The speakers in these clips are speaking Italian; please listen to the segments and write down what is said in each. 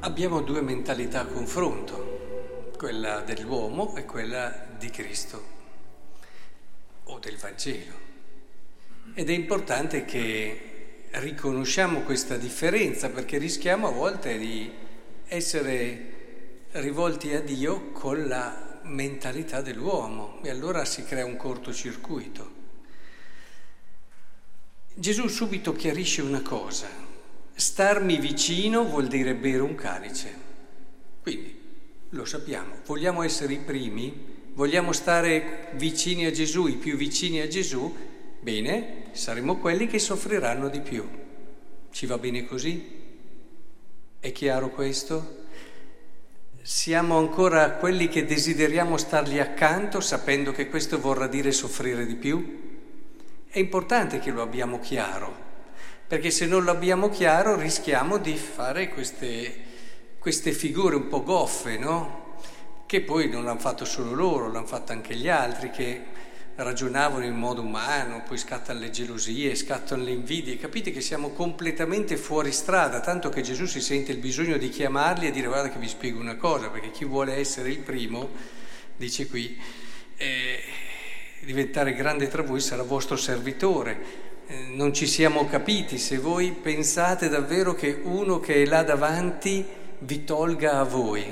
Abbiamo due mentalità a confronto, quella dell'uomo e quella di Cristo o del Vangelo. Ed è importante che riconosciamo questa differenza, perché rischiamo a volte di essere rivolti a Dio con la mentalità dell'uomo e allora si crea un cortocircuito. Gesù subito chiarisce una cosa: starmi vicino vuol dire bere un calice. Quindi, lo sappiamo, vogliamo essere i primi, vogliamo stare vicini a Gesù, i più vicini a Gesù, bene, saremo quelli che soffriranno di più. Ci va bene così? È chiaro questo? Siamo ancora quelli che desideriamo stargli accanto, sapendo che questo vorrà dire soffrire di più? È importante che lo abbiamo chiaro, perché se non lo abbiamo chiaro rischiamo di fare queste figure un po' goffe, no? Che poi non l'hanno fatto solo loro, l'hanno fatto anche gli altri, che ragionavano in modo umano, poi scattano le gelosie, scattano le invidie. Capite che siamo completamente fuori strada, tanto che Gesù si sente il bisogno di chiamarli e dire: guarda che vi spiego una cosa, perché chi vuole essere il primo, dice qui, diventare grande tra voi sarà vostro servitore. Non ci siamo capiti se voi pensate davvero che uno che è là davanti vi tolga a voi.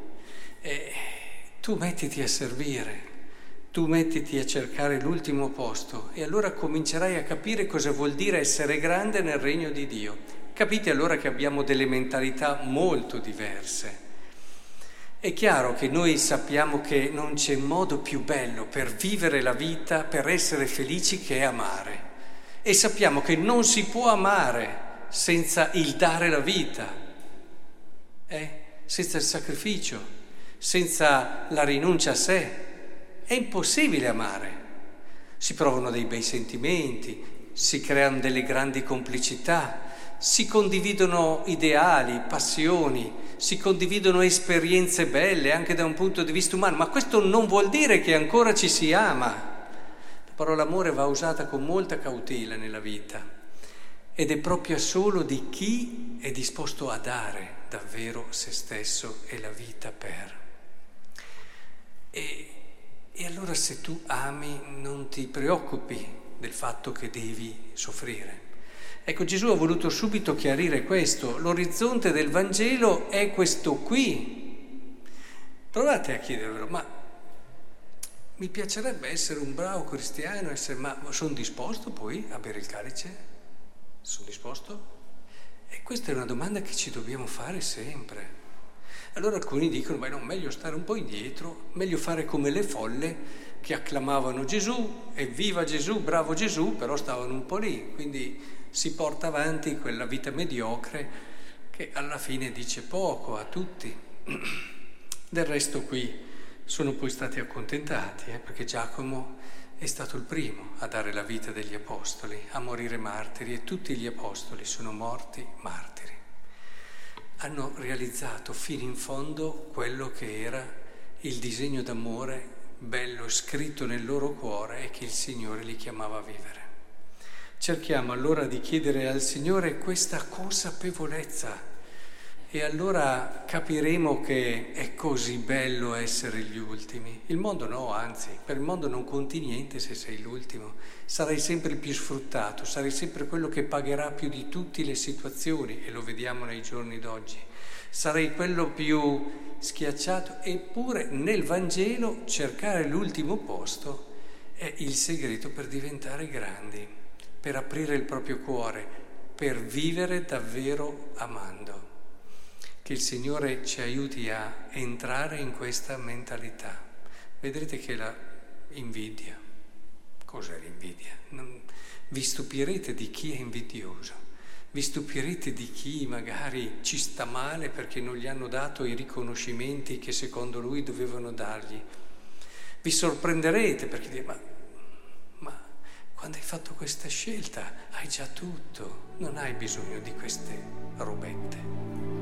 Tu mettiti a servire, tu mettiti a cercare l'ultimo posto e allora comincerai a capire cosa vuol dire essere grande nel regno di Dio. Capite allora che abbiamo delle mentalità molto diverse. È chiaro che noi sappiamo che non c'è modo più bello per vivere la vita, per essere felici, che amare. E sappiamo che non si può amare senza il dare la vita, senza il sacrificio, senza la rinuncia a sé. È impossibile amare. Si provano dei bei sentimenti, si creano delle grandi complicità, si condividono ideali, passioni, si condividono esperienze belle anche da un punto di vista umano, ma questo non vuol dire che ancora ci si ama. La parola amore va usata con molta cautela nella vita ed è propria solo di chi è disposto a dare davvero se stesso e la vita per. E allora se tu ami non ti preoccupi del fatto che devi soffrire. Ecco, Gesù ha voluto subito chiarire questo. L'orizzonte del Vangelo è questo qui. Provate a chiedervelo, ma mi piacerebbe essere un bravo cristiano, ma sono disposto poi a bere il calice? Sono disposto? E questa è una domanda che ci dobbiamo fare sempre. Allora alcuni dicono: beh, no, meglio stare un po' indietro, meglio fare come le folle che acclamavano Gesù, evviva Gesù, bravo Gesù, però stavano un po' lì. Quindi si porta avanti quella vita mediocre che alla fine dice poco a tutti. Del resto qui sono poi stati accontentati, perché Giacomo è stato il primo a dare la vita degli apostoli, a morire martiri, e tutti gli apostoli sono morti martiri. Hanno realizzato fino in fondo quello che era il disegno d'amore bello scritto nel loro cuore e che il Signore li chiamava a vivere. Cerchiamo allora di chiedere al Signore questa consapevolezza e allora capiremo che è così bello essere gli ultimi. Il mondo no, anzi, per il mondo non conti niente se sei l'ultimo. Sarai sempre il più sfruttato, sarai sempre quello che pagherà più di tutte le situazioni, e lo vediamo nei giorni d'oggi. Sarai quello più schiacciato, eppure nel Vangelo cercare l'ultimo posto è il segreto per diventare grandi, per aprire il proprio cuore, per vivere davvero amando. Che il Signore ci aiuti a entrare in questa mentalità. Vedrete che la invidia, cos'è l'invidia? Vi stupirete di chi è invidioso, vi stupirete di chi magari ci sta male perché non gli hanno dato i riconoscimenti che secondo lui dovevano dargli. Vi sorprenderete perché dite: ma quando hai fatto questa scelta hai già tutto, non hai bisogno di queste robette.